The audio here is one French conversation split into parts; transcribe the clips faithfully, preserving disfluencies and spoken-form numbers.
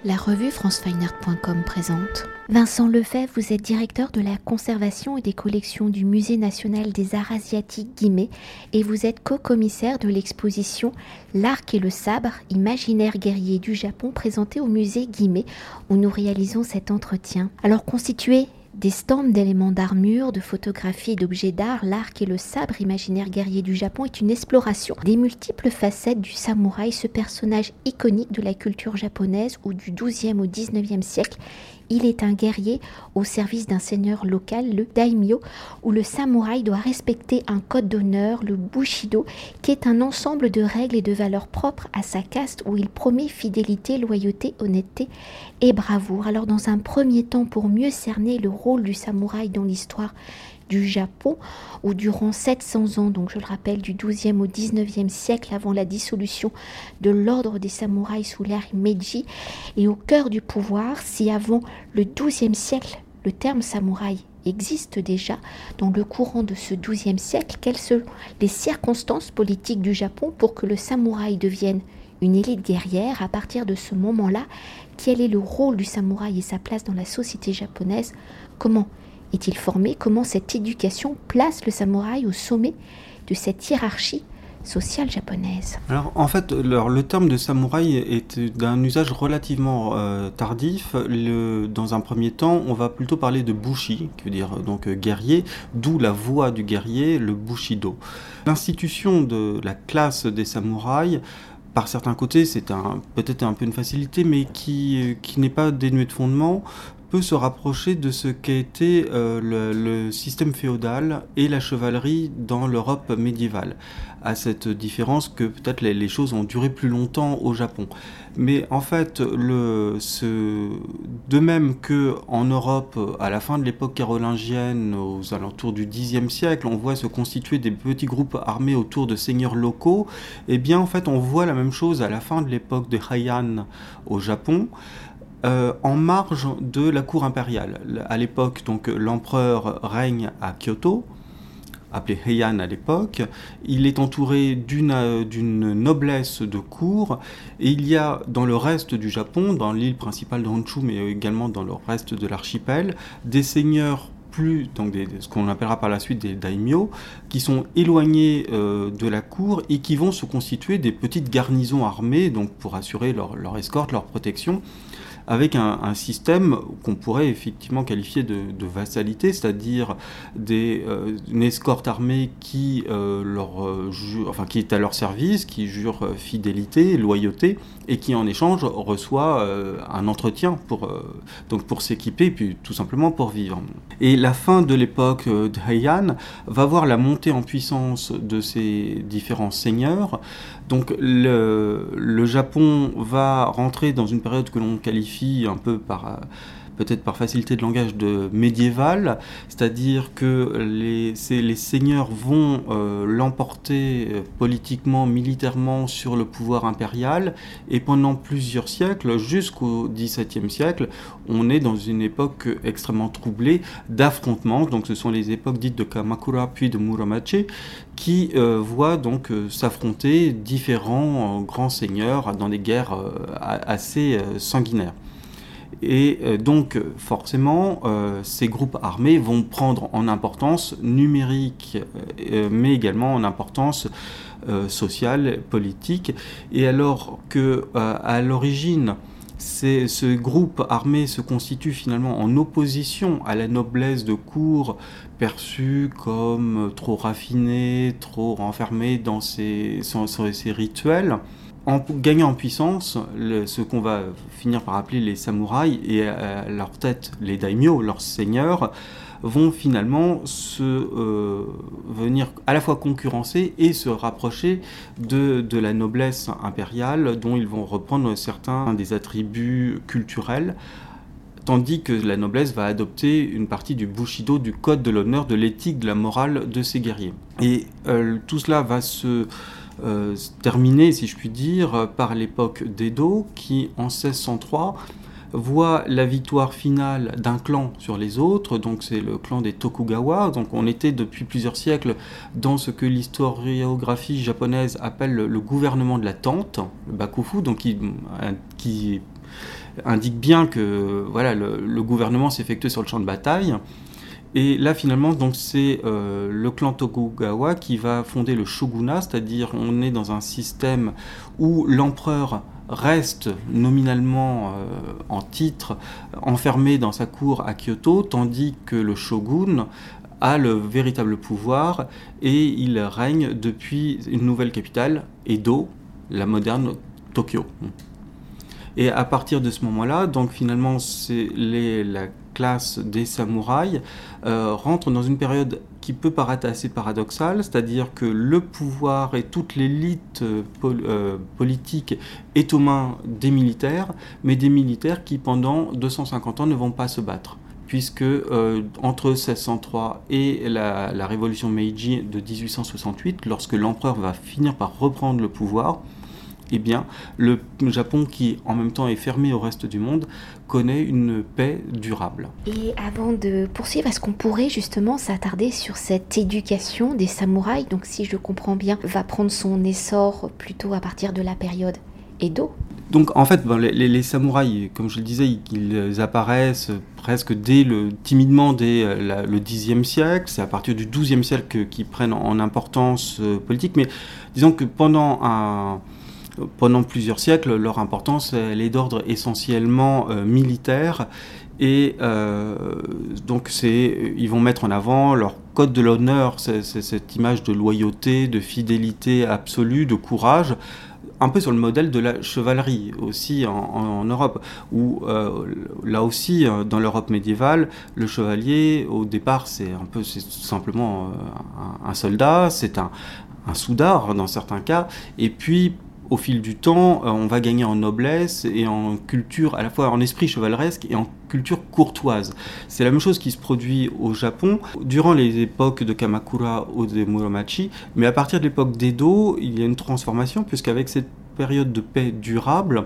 La revue france fine art point com présente. Vincent Lefebvre, vous êtes directeur de la conservation et des collections du Musée national des arts asiatiques Guimet et vous êtes co-commissaire de l'exposition L'arc et le sabre, imaginaire guerrier du Japon présentée au musée Guimet où nous réalisons cet entretien. Alors constitué des stands d'éléments d'armure, de photographies et d'objets d'art, l'arc et le sabre, imaginaire guerrier du Japon, est une exploration des multiples facettes du samouraï, ce personnage iconique de la culture japonaise où du douzième au dix-neuvième siècle, il est un guerrier au service d'un seigneur local, le daimyo, où le samouraï doit respecter un code d'honneur, le bushido, qui est un ensemble de règles et de valeurs propres à sa caste où il promet fidélité, loyauté, honnêteté et bravoure. Alors dans un premier temps, pour mieux cerner le rôle du samouraï dans l'histoire du Japon, où durant sept cents ans, donc je le rappelle, du douzième au dix-neuvième siècle, avant la dissolution de l'ordre des samouraïs sous l'ère Meiji, et au cœur du pouvoir, si avant le douzième siècle, le terme samouraï existe déjà, dans le courant de ce douzième siècle, quelles sont les circonstances politiques du Japon pour que le samouraï devienne une élite guerrière? À partir de ce moment-là, quel est le rôle du samouraï et sa place dans la société japonaise? Comment est-il formé? Comment cette éducation place le samouraï au sommet de cette hiérarchie sociale japonaise? Alors en fait, le, le terme de samouraï est d'un usage relativement euh, tardif. Le, dans un premier temps, on va plutôt parler de bushi, qui veut dire donc guerrier, d'où la voie du guerrier, le bushido. L'institution de la classe des samouraïs, par certains côtés, c'est un, peut-être un peu une facilité, mais qui, qui n'est pas dénuée de fondement, peut se rapprocher de ce qu'a été euh, le, le système féodal et la chevalerie dans l'Europe médiévale, à cette différence que peut-être les, les choses ont duré plus longtemps au Japon. Mais en fait, le, ce, de même qu'en Europe, à la fin de l'époque carolingienne, aux alentours du dixième siècle, on voit se constituer des petits groupes armés autour de seigneurs locaux, et bien en fait on voit la même chose à la fin de l'époque de Heian au Japon, Euh, en marge de la cour impériale. À l'époque, donc, l'empereur règne à Kyoto, appelé Heian à l'époque. Il est entouré d'une, euh, d'une noblesse de cour, et il y a dans le reste du Japon, dans l'île principale de Honshu, mais également dans le reste de l'archipel, des seigneurs plus, donc des, ce qu'on appellera par la suite des daimyo, qui sont éloignés euh, de la cour et qui vont se constituer des petites garnisons armées, donc pour assurer leur, leur escorte, leur protection, avec un, un système qu'on pourrait effectivement qualifier de, de vassalité, c'est-à-dire des, euh, une escorte armée qui, euh, leur, euh, jure, enfin, qui est à leur service, qui jure fidélité, loyauté, et qui en échange reçoit euh, un entretien pour, euh, donc pour s'équiper, et puis tout simplement pour vivre. Et la fin de l'époque de Heian va voir la montée en puissance de ces différents seigneurs. Donc le, le Japon va rentrer dans une période que l'on qualifie un peu par, peut-être par facilité de langage, de médiéval, c'est-à-dire que les, c'est, les seigneurs vont euh, l'emporter politiquement, militairement sur le pouvoir impérial, et pendant plusieurs siècles, jusqu'au dix-septième siècle, on est dans une époque extrêmement troublée d'affrontements. Donc ce sont les époques dites de Kamakura puis de Muromachi, qui euh, voient donc euh, s'affronter différents euh, grands seigneurs dans des guerres euh, assez euh, sanguinaires. Et euh, donc forcément, euh, ces groupes armés vont prendre en importance numérique, euh, mais également en importance euh, sociale, politique. Et alors que euh, à l'origine, c'est, ce groupe armé se constitue finalement en opposition à la noblesse de cour, perçue comme trop raffinée, trop renfermée dans ses, ses, ses rituels. En gagnant en puissance, le, ce qu'on va finir par appeler les samouraïs, et à leur tête les daimyo, leurs seigneurs, vont finalement se euh, venir à la fois concurrencer et se rapprocher de, de la noblesse impériale, dont ils vont reprendre certains des attributs culturels, tandis que la noblesse va adopter une partie du bushido, du code de l'honneur, de l'éthique, de la morale de ses guerriers. Et euh, tout cela va se euh, terminer, si je puis dire, par l'époque d'Edo, qui en seize cent trois voit la victoire finale d'un clan sur les autres, donc c'est le clan des Tokugawa. Donc on était depuis plusieurs siècles dans ce que l'historiographie japonaise appelle le, le gouvernement de la tente, le bakufu, donc qui, qui indique bien que voilà, le, le gouvernement s'effectue sur le champ de bataille. Et là, finalement, donc, c'est euh, le clan Tokugawa qui va fonder le shogunat, c'est-à-dire on est dans un système où l'empereur reste nominalement euh, en titre enfermé dans sa cour à Kyoto, tandis que le shogun a le véritable pouvoir et il règne depuis une nouvelle capitale, Edo, la moderne Tokyo. Et à partir de ce moment-là, donc finalement, c'est les, la classe des samouraïs euh, rentre dans une période qui peut paraître assez paradoxale, c'est-à-dire que le pouvoir et toute l'élite euh, pol- euh, politique est aux mains des militaires, mais des militaires qui pendant deux cent cinquante ans ne vont pas se battre. Puisque euh, entre seize cent trois et la, la révolution Meiji de dix-huit cent soixante-huit, lorsque l'empereur va finir par reprendre le pouvoir, eh bien, le Japon, qui en même temps est fermé au reste du monde, connaît une paix durable. Et avant de poursuivre, est-ce qu'on pourrait justement s'attarder sur cette éducation des samouraïs, donc si je comprends bien, va prendre son essor plutôt à partir de la période Edo ? Donc en fait, ben, les, les, les samouraïs, comme je le disais, ils, ils apparaissent presque dès le, timidement dès la, le dixième siècle. C'est à partir du douzième siècle qu'ils prennent en importance euh, politique. Mais disons que pendant un... Pendant plusieurs siècles, leur importance elle est d'ordre essentiellement euh, militaire et euh, donc c'est, ils vont mettre en avant leur code de l'honneur, c'est, c'est cette image de loyauté, de fidélité absolue, de courage, un peu sur le modèle de la chevalerie aussi en, en, en Europe, où euh, là aussi dans l'Europe médiévale, le chevalier au départ c'est un peu c'est tout simplement un, un soldat, c'est un, un soudard dans certains cas, et puis au fil du temps, on va gagner en noblesse et en culture, à la fois en esprit chevaleresque et en culture courtoise. C'est la même chose qui se produit au Japon durant les époques de Kamakura ou de Muromachi, mais à partir de l'époque d'Edo, il y a une transformation, puisqu'avec cette période de paix durable,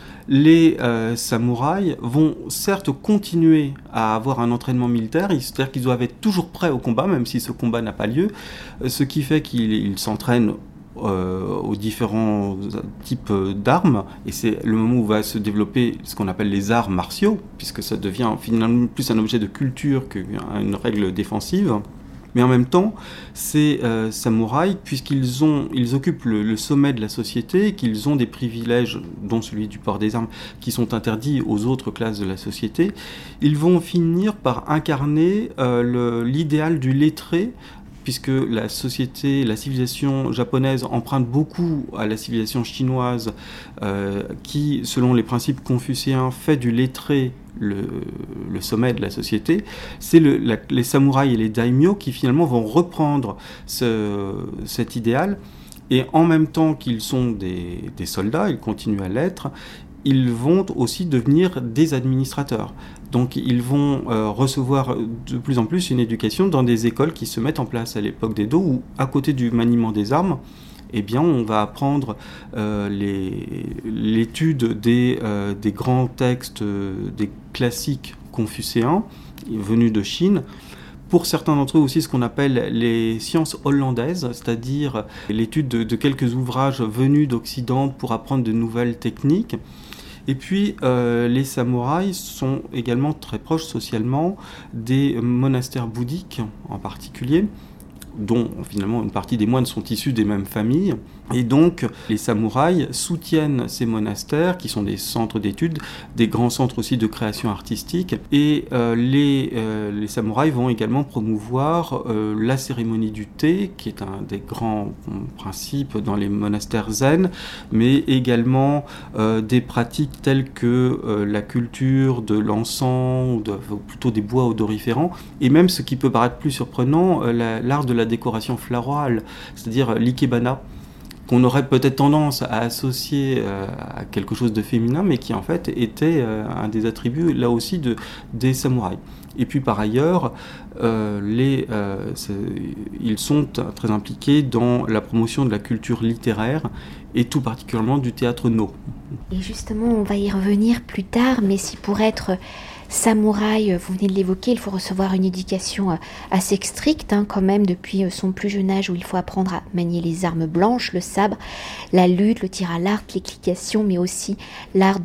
les euh, samouraïs vont certes continuer à avoir un entraînement militaire, c'est-à-dire qu'ils doivent être toujours prêts au combat, même si ce combat n'a pas lieu, ce qui fait qu'ils s'entraînent Euh, aux différents types d'armes, et c'est le moment où va se développer ce qu'on appelle les arts martiaux, puisque ça devient finalement plus un objet de culture qu'une règle défensive. Mais en même temps, ces euh, samouraïs, puisqu'ils ont, ils occupent le, le sommet de la société, qu'ils ont des privilèges, dont celui du port des armes, qui sont interdits aux autres classes de la société, ils vont finir par incarner euh, le, l'idéal du lettré, puisque la société, la civilisation japonaise emprunte beaucoup à la civilisation chinoise, euh, qui, selon les principes confucéens, fait du lettré le, le sommet de la société. C'est le, la, les samouraïs et les daimyo qui finalement vont reprendre ce, cet idéal, et en même temps qu'ils sont des, des soldats, ils continuent à l'être, ils vont aussi devenir des administrateurs. Donc ils vont euh, recevoir de plus en plus une éducation dans des écoles qui se mettent en place à l'époque d'Edo, où à côté du maniement des armes, eh bien, on va apprendre euh, les, l'étude des, euh, des grands textes, euh, des classiques confucéens venus de Chine. Pour certains d'entre eux aussi, ce qu'on appelle les sciences hollandaises, c'est-à-dire l'étude de, de quelques ouvrages venus d'Occident pour apprendre de nouvelles techniques. Et puis, euh, les samouraïs sont également très proches socialement des monastères bouddhiques en particulier, dont finalement une partie des moines sont issus des mêmes familles. Et donc, les samouraïs soutiennent ces monastères, qui sont des centres d'études, des grands centres aussi de création artistique. Et euh, les, euh, les samouraïs vont également promouvoir euh, la cérémonie du thé, qui est un des grands principes dans les monastères zen, mais également euh, des pratiques telles que euh, la culture de l'encens, ou, de, ou plutôt des bois odoriférants, et même ce qui peut paraître plus surprenant, euh, la, l'art de la décoration florale, c'est-à-dire l'ikebana, qu'on aurait peut-être tendance à associer euh, à quelque chose de féminin, mais qui en fait était euh, un des attributs là aussi de, des samouraïs. Et puis par ailleurs, euh, les, euh, ils sont très impliqués dans la promotion de la culture littéraire, et tout particulièrement du théâtre No. Et justement, on va y revenir plus tard, mais si pour être samouraï, vous venez de l'évoquer, il faut recevoir une éducation assez stricte, hein, quand même, depuis son plus jeune âge, où il faut apprendre à manier les armes blanches, le sabre, la lutte, le tir à l'arc, l'équitation, mais aussi l'art de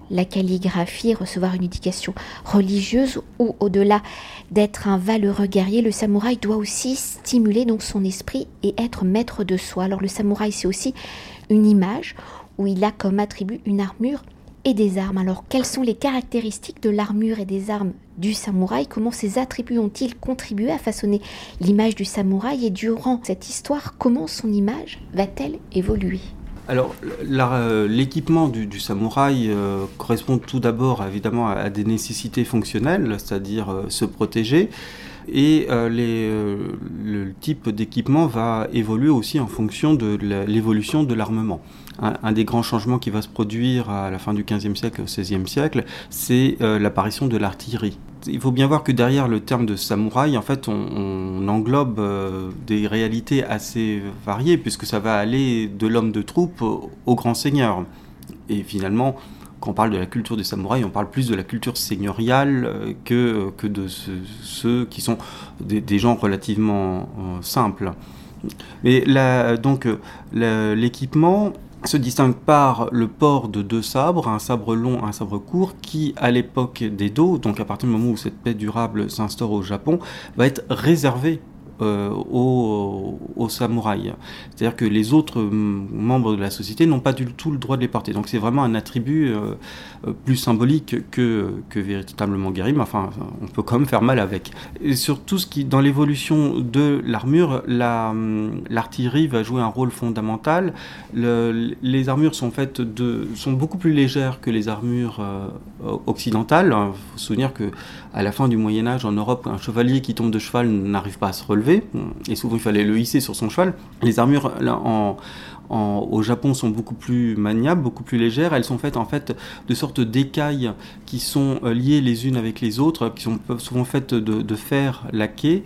la calligraphie, recevoir une éducation religieuse, ou au-delà d'être un valeureux guerrier, le samouraï doit aussi stimuler donc son esprit et être maître de soi. Alors le samouraï, c'est aussi une image où il a comme attribut une armure et des armes. Alors, quelles sont les caractéristiques de l'armure et des armes du samouraï? Comment ces attributs ont-ils contribué à façonner l'image du samouraï? Et durant cette histoire, comment son image va-t-elle évoluer? Alors, la, l'équipement du, du samouraï euh, correspond tout d'abord, évidemment, à, à des nécessités fonctionnelles, c'est-à-dire euh, se protéger. Et euh, les, euh, le type d'équipement va évoluer aussi en fonction de la, l'évolution de l'armement. Un, un des grands changements qui va se produire à la fin du quinzième siècle au seizième siècle, c'est euh, l'apparition de l'artillerie. Il faut bien voir que derrière le terme de samouraï, en fait, on, on englobe euh, des réalités assez variées, puisque ça va aller de l'homme de troupe au, au grand seigneur. Et finalement, quand on parle de la culture des samouraïs, on parle plus de la culture seigneuriale euh, que, que de ce, ceux qui sont des, des gens relativement euh, simples. Mais la, donc, la, l'équipement se distingue par le port de deux sabres, un sabre long, un sabre court, qui, à l'époque d'Edo, donc à partir du moment où cette paix durable s'instaure au Japon, va être réservé Euh, aux, aux samouraïs. C'est-à-dire que les autres membres de la société n'ont pas du tout le droit de les porter. Donc c'est vraiment un attribut euh, plus symbolique que, que véritablement guerrier, mais enfin, on peut quand même faire mal avec. Et sur tout ce qui, dans l'évolution de l'armure, la, l'artillerie va jouer un rôle fondamental. Le, les armures sont faites de, sont beaucoup plus légères que les armures euh, occidentales. Il faut se souvenir que à la fin du Moyen-Âge, en Europe, un chevalier qui tombe de cheval n'arrive pas à se relever, et souvent il fallait le hisser sur son cheval. Les armures là, en, en, au Japon sont beaucoup plus maniables, beaucoup plus légères. Elles sont faites en fait de sortes d'écailles qui sont liées les unes avec les autres, qui sont souvent faites de, de fer laqué,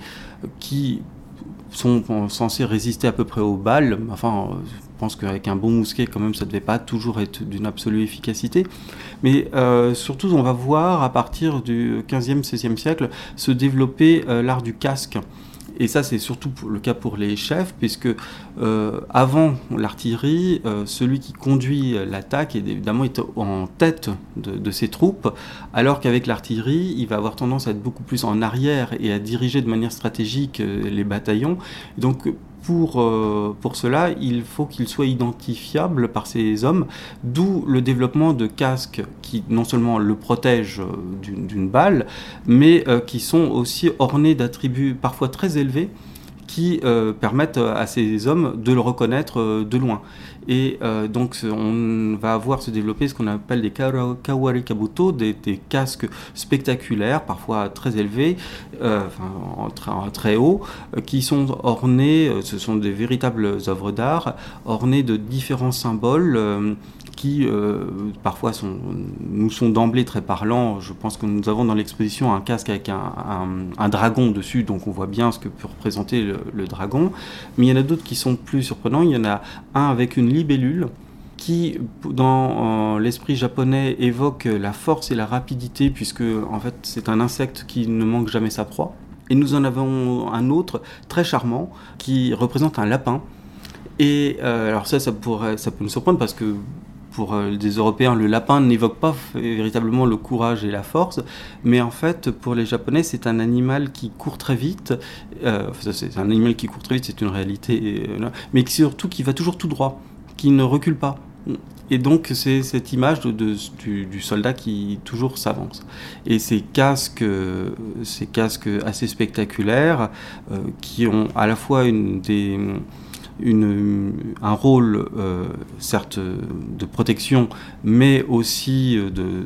qui sont censées résister à peu près aux balles. Enfin, je pense qu'avec un bon mousquet, quand même, ça ne devait pas toujours être d'une absolue efficacité. Mais euh, surtout, on va voir à partir du quinzième, seizième siècle se développer euh, l'art du casque. Et ça, c'est surtout le cas pour les chefs, puisque euh, avant l'artillerie, euh, celui qui conduit l'attaque, évidemment, est en tête de, de ses troupes, alors qu'avec l'artillerie, il va avoir tendance à être beaucoup plus en arrière et à diriger de manière stratégique euh, les bataillons. Et donc, Pour, euh, pour cela, il faut qu'il soit identifiable par ses hommes, d'où le développement de casques qui non seulement le protègent d'une, d'une balle, mais euh, qui sont aussi ornés d'attributs parfois très élevés qui euh, permettent à ces hommes de le reconnaître euh, de loin. Et euh, donc on va avoir se développer ce qu'on appelle des kawari kabuto, des, des casques spectaculaires, parfois très élevés, euh, enfin, en très, en très haut, euh, qui sont ornés, ce sont des véritables œuvres d'art, ornés de différents symboles, euh, qui euh, parfois sont, nous sont d'emblée très parlants. Je pense que nous avons dans l'exposition un casque avec un, un, un dragon dessus, donc on voit bien ce que peut représenter le, le dragon. Mais il y en a d'autres qui sont plus surprenants. Il y en a un avec une libellule qui, dans euh, l'esprit japonais, évoque la force et la rapidité, puisque en fait c'est un insecte qui ne manque jamais sa proie. Et nous en avons un autre très charmant qui représente un lapin. Et euh, alors ça, ça, pourrait, ça peut nous surprendre parce que pour euh, des Européens, le lapin n'évoque pas f- véritablement le courage et la force, mais en fait, pour les Japonais, c'est un animal qui court très vite. Euh, enfin, c'est un animal qui court très vite, c'est une réalité, euh, mais qui, surtout qui va toujours tout droit, qui ne recule pas. Et donc, c'est cette image de, de, du, du soldat qui toujours s'avance. Et ces casques, euh, ces casques assez spectaculaires, euh, qui ont à la fois une des... Une, un rôle, euh, certes, de protection, mais aussi de,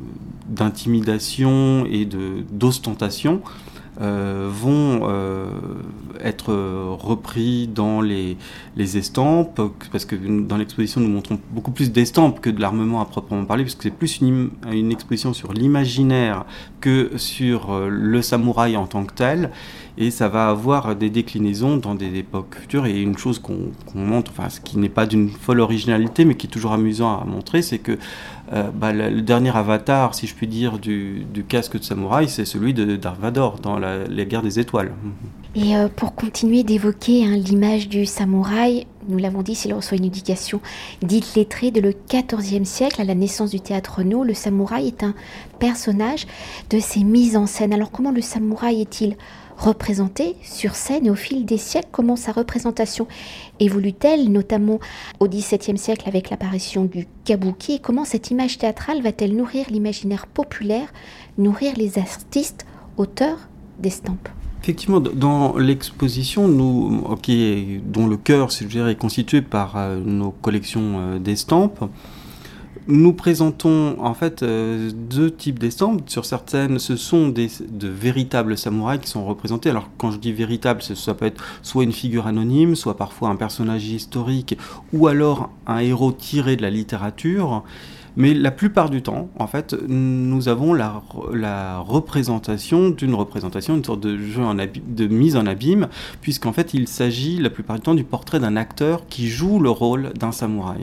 d'intimidation et de, d'ostentation, euh, vont euh, être repris dans les, les estampes, parce que dans l'exposition, nous montrons beaucoup plus d'estampes que de l'armement à proprement parler, parce que c'est plus une, une exposition sur l'imaginaire que sur le samouraï en tant que tel. Et ça va avoir des déclinaisons dans des époques futures. Et une chose qu'on, qu'on montre, enfin, ce qui n'est pas d'une folle originalité, mais qui est toujours amusant à montrer, c'est que euh, bah, le, le dernier avatar, si je puis dire, du, du casque de samouraï, c'est celui de Dark Vador dans la, les guerres des étoiles. Et euh, pour continuer d'évoquer hein, l'image du samouraï, nous l'avons dit, s'il reçoit une éducation dite lettrée dès le quatorzième siècle, à la naissance du théâtre No, le samouraï est un personnage de ces mises en scène. Alors comment le samouraï est-il représenté sur scène et au fil des siècles, comment sa représentation évolue-t-elle, notamment au dix-septième siècle avec l'apparition du kabuki, et comment cette image théâtrale va-t-elle nourrir l'imaginaire populaire, nourrir les artistes, auteurs d'estampes? Effectivement, dans l'exposition, nous, qui est, dont le cœur, si je dirais, est constitué par euh, nos collections euh, d'estampes, nous présentons en fait euh, deux types d'estampes. Sur certaines, ce sont des, de véritables samouraïs qui sont représentés. Alors quand je dis véritable, ça peut être soit une figure anonyme, soit parfois un personnage historique, ou alors un héros tiré de la littérature. Mais la plupart du temps, en fait, nous avons la, la représentation d'une représentation, une sorte de jeu en abîme, de mise en abîme, puisqu'en fait, il s'agit la plupart du temps du portrait d'un acteur qui joue le rôle d'un samouraï.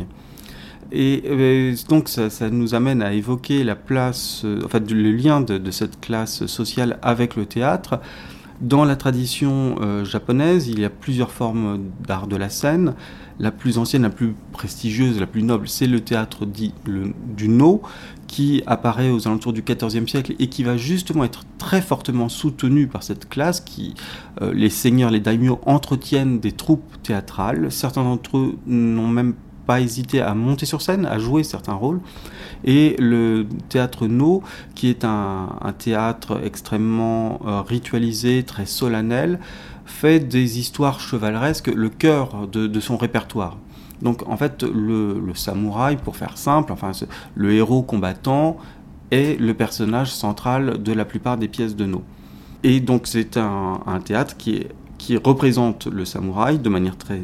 Et euh, donc, ça, ça nous amène à évoquer la place, euh, en fait, le lien de, de cette classe sociale avec le théâtre. Dans la tradition euh, japonaise, il y a plusieurs formes d'art de la scène. La plus ancienne, la plus prestigieuse, la plus noble, c'est le théâtre dit le, du No, qui apparaît aux alentours du quatorzième siècle et qui va justement être très fortement soutenu par cette classe qui, euh, les seigneurs, les daimyos, entretiennent des troupes théâtrales. Certains d'entre eux n'ont même pas hésité à monter sur scène, à jouer certains rôles. Et le théâtre No, qui est un, un théâtre extrêmement euh, ritualisé, très solennel, fait des histoires chevaleresques le cœur de, de son répertoire. Donc en fait, le, le samouraï, pour faire simple, enfin le héros combattant est le personnage central de la plupart des pièces de No. Et donc c'est un, un théâtre qui, est, qui représente le samouraï de manière très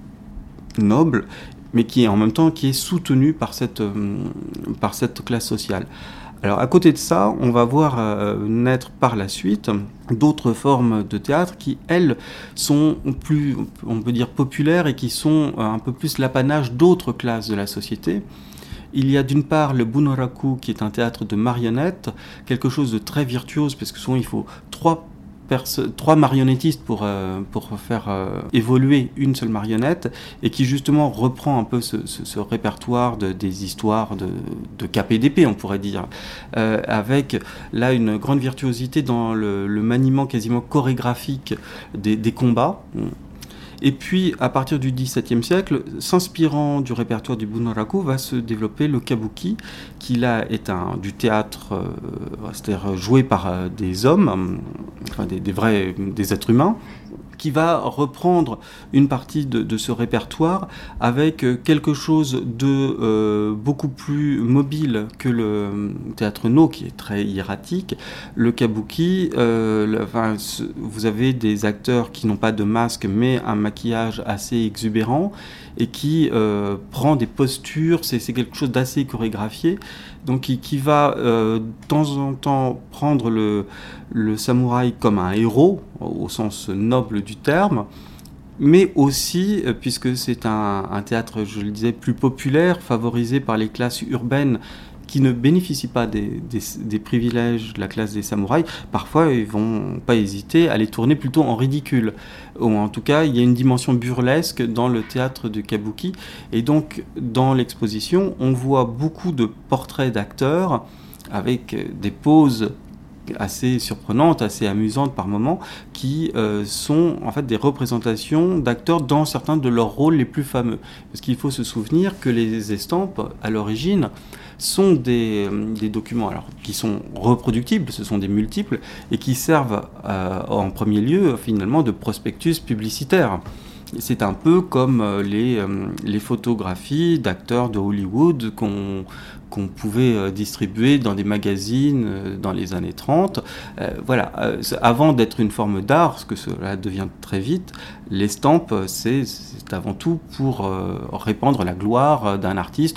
noble, mais qui est en même temps qui est soutenu par cette, euh, par cette classe sociale. Alors à côté de ça, on va voir euh, naître par la suite d'autres formes de théâtre qui, elles, sont plus, on peut dire, populaires et qui sont euh, un peu plus l'apanage d'autres classes de la société. Il y a d'une part le bunoraku, qui est un théâtre de marionnettes, quelque chose de très virtuose, parce que souvent il faut trois Perso- trois marionnettistes pour, euh, pour faire euh, évoluer une seule marionnette, et qui justement reprend un peu ce, ce, ce répertoire de, des histoires de, de K P D P, on pourrait dire, euh, avec là une grande virtuosité dans le, le maniement quasiment chorégraphique des, des combats. Et puis, à partir du dix-septième siècle, s'inspirant du répertoire du bunoraku, va se développer le kabuki, qui là est un, du théâtre, euh, c'est-à-dire joué par euh, des hommes, euh, enfin des, des vrais, des êtres humains, qui va reprendre une partie de, de ce répertoire avec quelque chose de euh, beaucoup plus mobile que le théâtre No, qui est très hiératique. Le kabuki, euh, le, enfin, vous avez des acteurs qui n'ont pas de masque, mais un maquillage assez exubérant, et qui euh, prend des postures, c'est, c'est quelque chose d'assez chorégraphié, donc qui, qui va euh, de temps en temps prendre le, le samouraï comme un héros, au sens noble du terme, mais aussi, puisque c'est un, un théâtre, je le disais, plus populaire, favorisé par les classes urbaines qui ne bénéficient pas des, des, des privilèges de la classe des samouraïs, parfois ils vont pas hésiter à les tourner plutôt en ridicule. Ou en tout cas, il y a une dimension burlesque dans le théâtre de kabuki. Et donc, dans l'exposition, on voit beaucoup de portraits d'acteurs avec des poses assez surprenantes, assez amusantes par moments, qui euh, sont en fait des représentations d'acteurs dans certains de leurs rôles les plus fameux. Parce qu'il faut se souvenir que les estampes, à l'origine, sont des, des documents alors, qui sont reproductibles, ce sont des multiples, et qui servent euh, en premier lieu finalement de prospectus publicitaire. C'est un peu comme les, euh, les photographies d'acteurs de Hollywood qu'on, qu'on pouvait euh, distribuer dans des magazines euh, dans les années trente. Euh, voilà, euh, avant d'être une forme d'art, ce que cela devient très vite, l'estampe, c'est, c'est avant tout pour euh, répandre la gloire d'un artiste,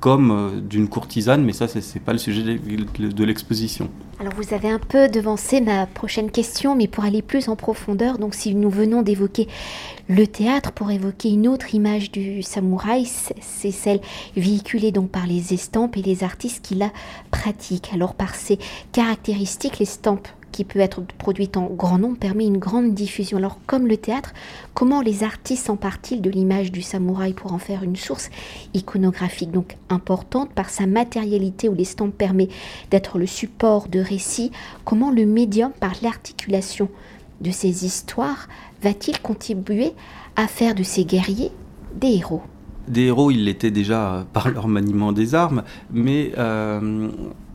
comme euh, d'une courtisane, mais ça, c'est, c'est pas le sujet de, de l'exposition. Alors vous avez un peu devancé ma prochaine question, mais pour aller plus en profondeur, donc si nous venons d'évoquer le théâtre, pour évoquer une autre image du samouraï, c'est celle véhiculée donc par les estampes et les artistes qui la pratiquent. Alors par ses caractéristiques, l'estampe qui peut être produite en grand nombre permet une grande diffusion. Alors comme le théâtre, comment les artistes s'emparent-ils de l'image du samouraï pour en faire une source iconographique donc importante par sa matérialité où l'estampe permet d'être le support de récits? Comment le médium, par l'articulation de ces histoires, va-t-il contribuer à faire de ces guerriers des héros? Des héros, ils l'étaient déjà par leur maniement des armes, mais euh,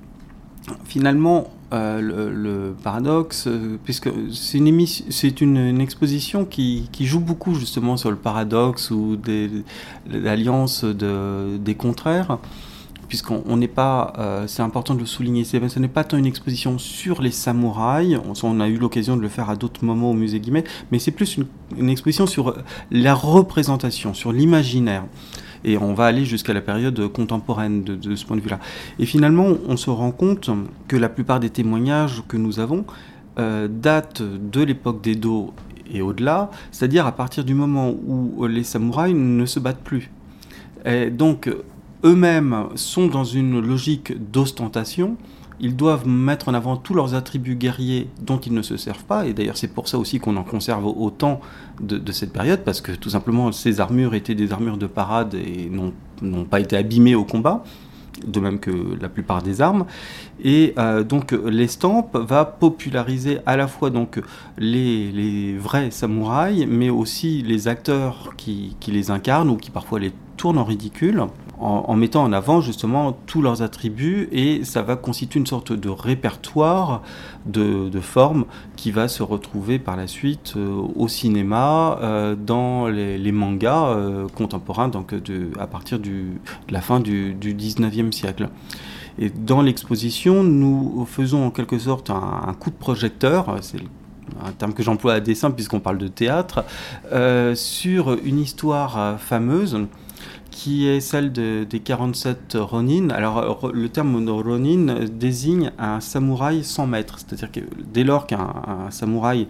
finalement, Euh, le, le paradoxe, euh, puisque c'est une, émission, c'est une, une exposition qui, qui joue beaucoup justement sur le paradoxe ou des, l'alliance de, des contraires, puisqu'on on n'est pas, euh, c'est important de le souligner, c'est, ce n'est pas tant une exposition sur les samouraïs, on, on a eu l'occasion de le faire à d'autres moments au musée Guimet, mais c'est plus une, une exposition sur la représentation, sur l'imaginaire. Et on va aller jusqu'à la période contemporaine de, de ce point de vue-là. Et finalement, on se rend compte que la plupart des témoignages que nous avons euh, datent de l'époque d'Edo et au-delà, c'est-à-dire à partir du moment où les samouraïs ne se battent plus. Et donc, eux-mêmes sont dans une logique d'ostentation. Ils doivent mettre en avant tous leurs attributs guerriers dont ils ne se servent pas, et d'ailleurs c'est pour ça aussi qu'on en conserve autant de, de cette période, parce que tout simplement ces armures étaient des armures de parade et n'ont, n'ont pas été abîmées au combat, de même que la plupart des armes. Et euh, donc l'estampe va populariser à la fois donc les, les vrais samouraïs, mais aussi les acteurs qui, qui les incarnent ou qui parfois les tournent en ridicule, en, en mettant en avant justement tous leurs attributs, et ça va constituer une sorte de répertoire de, de formes qui va se retrouver par la suite euh, au cinéma, euh, dans les, les mangas euh, contemporains, donc de, à partir du, de la fin du, du dix-neuvième siècle. Et dans l'exposition, nous faisons en quelque sorte un, un coup de projecteur, c'est un terme que j'emploie à dessein puisqu'on parle de théâtre, euh, sur une histoire fameuse qui est celle de, des quarante-sept Ronin. Alors, le terme Ronin désigne un samouraï sans maître, c'est-à-dire que dès lors qu'un un samouraï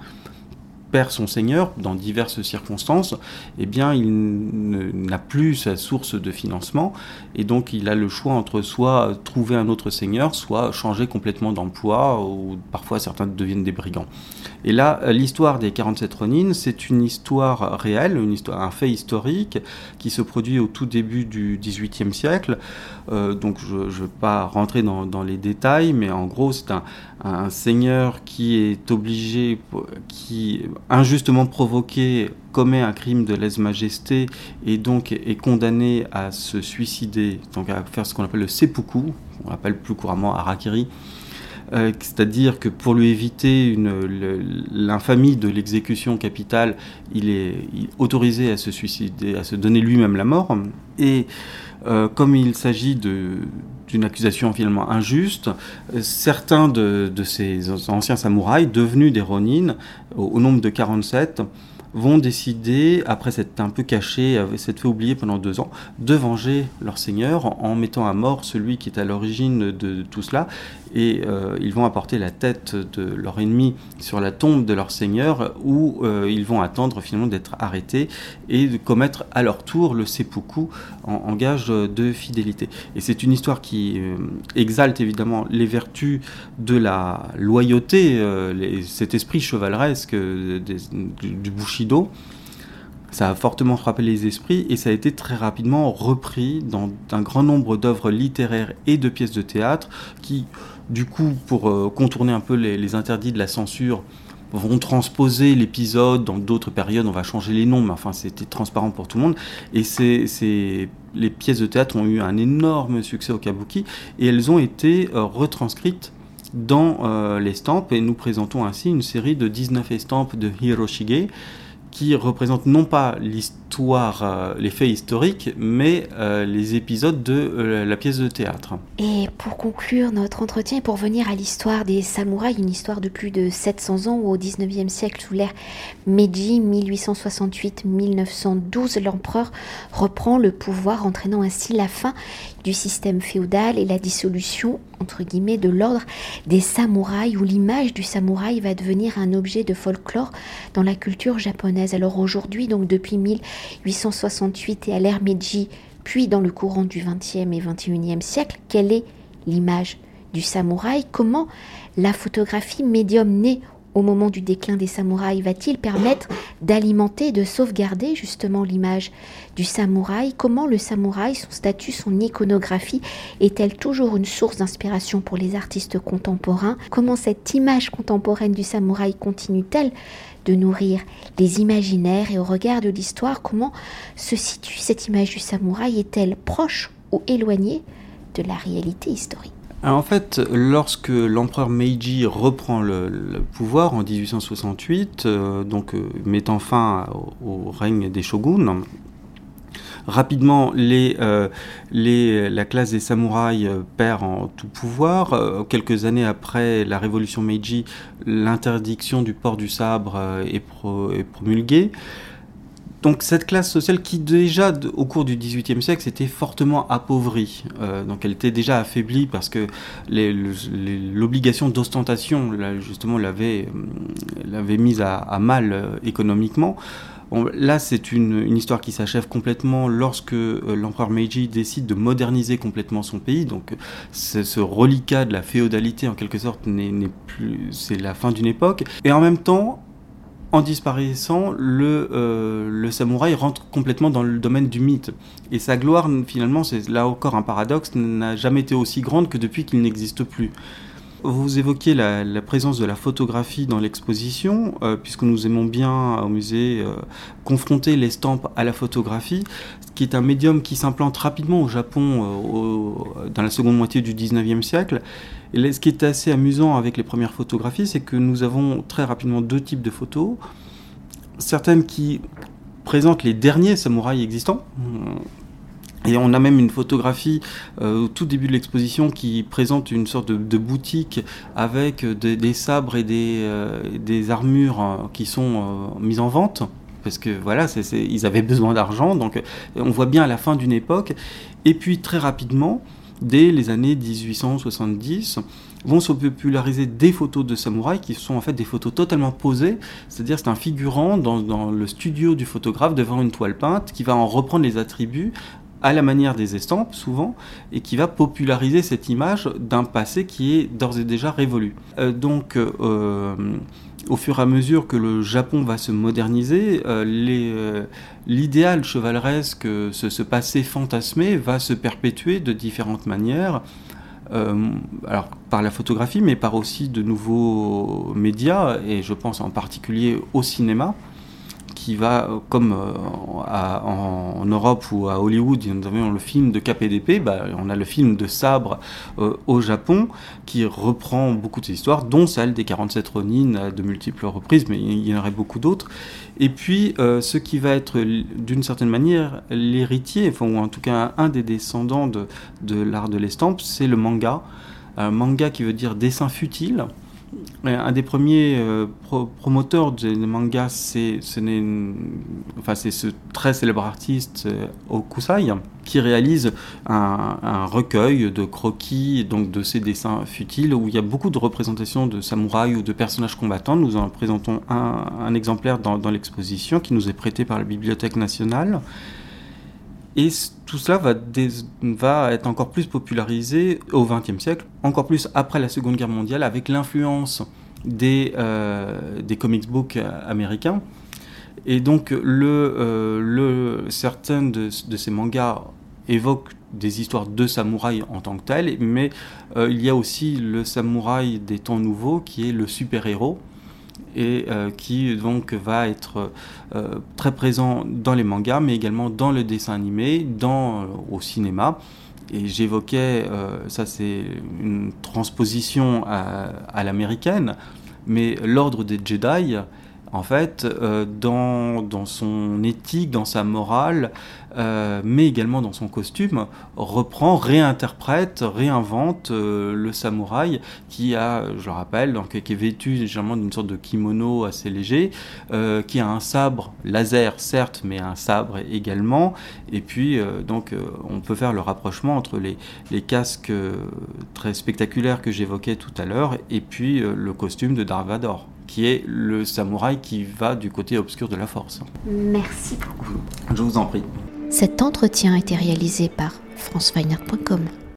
perd son seigneur dans diverses circonstances, eh bien, il ne, n'a plus sa source de financement, et donc il a le choix entre soit trouver un autre seigneur, soit changer complètement d'emploi, ou parfois certains deviennent des brigands. Et là, l'histoire des quarante-sept Ronin, c'est une histoire réelle, une histoire, un fait historique qui se produit au tout début du dix-huitième siècle. Euh, donc je ne vais pas rentrer dans, dans les détails, mais en gros, c'est un, un seigneur qui est obligé, qui injustement provoqué, commet un crime de lèse-majesté et donc est condamné à se suicider, donc à faire ce qu'on appelle le seppuku, on l'appelle plus couramment harakiri. Euh, c'est-à-dire que pour lui éviter une, le, l'infamie de l'exécution capitale, il est, il est autorisé à se suicider, à se donner lui-même la mort. Et euh, comme il s'agit de, d'une accusation finalement injuste, euh, certains de, de ces anciens samouraïs, devenus des Ronin, au, au nombre de quarante-sept, vont décider, après s'être un peu cachés, s'être fait oublier pendant deux ans, de venger leur seigneur en mettant à mort celui qui est à l'origine de, de tout cela. Et euh, ils vont apporter la tête de leur ennemi sur la tombe de leur seigneur, où euh, ils vont attendre finalement d'être arrêtés et de commettre à leur tour le seppuku en, en gage de fidélité. Et c'est une histoire qui euh, exalte évidemment les vertus de la loyauté, euh, les, cet esprit chevaleresque des, du, du Bushido. Ça a fortement frappé les esprits et ça a été très rapidement repris dans un grand nombre d'œuvres littéraires et de pièces de théâtre qui, du coup, pour euh, contourner un peu les, les interdits de la censure, vont transposer l'épisode dans d'autres périodes. On va changer les noms, mais enfin, c'était transparent pour tout le monde. Et c'est, c'est, les pièces de théâtre ont eu un énorme succès au kabuki et elles ont été euh, retranscrites dans euh, l'estampes, et nous présentons ainsi une série de dix-neuf estampes de Hiroshige qui représentent non pas l'histoire, euh, les faits historiques, mais euh, les épisodes de euh, la pièce de théâtre. Et pour conclure notre entretien et pour venir à l'histoire des samouraïs, une histoire de plus de sept cents ans, où au dix-neuvième siècle, sous l'ère Meiji, mille huit cent soixante-huit à mille neuf cent douze, l'empereur reprend le pouvoir, entraînant ainsi la fin du système féodal et la dissolution, entre guillemets, de l'ordre des samouraïs, où l'image du samouraï va devenir un objet de folklore dans la culture japonaise. Alors aujourd'hui, donc depuis mille huit cent soixante-huit et à l'ère Meiji, puis dans le courant du vingtième et vingt et unième siècle, quelle est l'image du samouraï? Comment la photographie, médium né au moment du déclin des samouraïs, va-t-il permettre d'alimenter, de sauvegarder justement l'image du samouraï? Comment le samouraï, son statut, son iconographie est-elle toujours une source d'inspiration pour les artistes contemporains? Comment cette image contemporaine du samouraï continue-t-elle de nourrir les imaginaires? Et au regard de l'histoire, comment se situe cette image du samouraï? Est-elle proche ou éloignée de la réalité historique? Alors en fait, lorsque l'empereur Meiji reprend le, le pouvoir en dix-huit cent soixante-huit, euh, donc euh, mettant fin au, au règne des shoguns, rapidement les, euh, les, la classe des samouraïs euh, perd en tout pouvoir. Euh, quelques années après la révolution Meiji, l'interdiction du port du sabre euh, est, pro, est promulguée. Donc cette classe sociale qui déjà au cours du dix-huitième siècle s'était fortement appauvrie, euh, donc elle était déjà affaiblie parce que les, les, l'obligation d'ostentation là, justement l'avait, l'avait mise à, à mal euh, économiquement. Bon, là c'est une, une histoire qui s'achève complètement lorsque euh, l'empereur Meiji décide de moderniser complètement son pays, donc c'est, ce reliquat de la féodalité en quelque sorte n'est, n'est plus, c'est la fin d'une époque, et en même temps en disparaissant, le, euh, le samouraï rentre complètement dans le domaine du mythe. Et sa gloire, finalement, c'est là encore un paradoxe, n'a jamais été aussi grande que depuis qu'il n'existe plus. Vous évoquiez la, la présence de la photographie dans l'exposition, euh, puisque nous aimons bien au musée euh, confronter l'estampe à la photographie, qui est un médium qui s'implante rapidement au Japon euh, au, dans la seconde moitié du dix-neuvième siècle. Et là, ce qui est assez amusant avec les premières photographies, c'est que nous avons très rapidement deux types de photos. Certaines qui présentent les derniers samouraïs existants. Et on a même une photographie euh, au tout début de l'exposition qui présente une sorte de, de boutique avec des, des sabres et des, euh, des armures euh, qui sont euh, mises en vente. Parce que voilà, c'est, c'est, ils avaient besoin d'argent. Donc on voit bien à la fin d'une époque. Et puis très rapidement, dès les années dix-huit cent soixante-dix, vont se populariser des photos de samouraïs qui sont en fait des photos totalement posées, c'est-à-dire c'est un figurant dans, dans le studio du photographe devant une toile peinte qui va en reprendre les attributs à la manière des estampes souvent, et qui va populariser cette image d'un passé qui est d'ores et déjà révolu. Euh, donc euh, au fur et à mesure que le Japon va se moderniser, euh, les, euh, l'idéal chevaleresque, ce, ce passé fantasmé, va se perpétuer de différentes manières, euh, alors par la photographie, mais par aussi de nouveaux médias, et je pense en particulier au cinéma, qui va, comme euh, à, en, en Europe ou à Hollywood, nous avons le film de K P D P, bah, on a le film de sabre euh, au Japon, qui reprend beaucoup de ces histoires, dont celle des quarante-sept Ronin à de multiples reprises, mais il y en aurait beaucoup d'autres. Et puis, euh, ce qui va être, d'une certaine manière, l'héritier, enfin, ou en tout cas un des descendants de, de l'art de l'estampe, c'est le manga. Un manga qui veut dire dessin futile. Un des premiers euh, pro- promoteurs des mangas, c'est, ce n'est, enfin, c'est ce très célèbre artiste euh, Hokusai, qui réalise un, un recueil de croquis, donc de ces dessins futiles, où il y a beaucoup de représentations de samouraïs ou de personnages combattants. Nous en présentons un, un exemplaire dans, dans l'exposition qui nous est prêté par la Bibliothèque nationale. Et tout cela va, dés- va être encore plus popularisé au vingtième siècle, encore plus après la Seconde Guerre mondiale, avec l'influence des, euh, des comics books américains. Et donc, le, euh, le, certains de, de ces mangas évoquent des histoires de samouraïs en tant que tels, mais euh, il y a aussi le samouraï des temps nouveaux, qui est le super-héros, et euh, qui donc va être euh, très présent dans les mangas, mais également dans le dessin animé, dans, euh, au cinéma. Et j'évoquais, euh, ça c'est une transposition à, à l'américaine, mais l'ordre des Jedi en fait, euh, dans, dans son éthique, dans sa morale, euh, mais également dans son costume, reprend, réinterprète, réinvente euh, le samouraï qui a, je le rappelle, donc, qui est vêtu généralement d'une sorte de kimono assez léger, euh, qui a un sabre laser, certes, mais un sabre également. Et puis, euh, donc, euh, on peut faire le rapprochement entre les, les casques euh, très spectaculaires que j'évoquais tout à l'heure et puis euh, le costume de Dark Vador, qui est le samouraï qui va du côté obscur de la force. Merci beaucoup. Je vous en prie. Cet entretien a été réalisé par france fine art point com.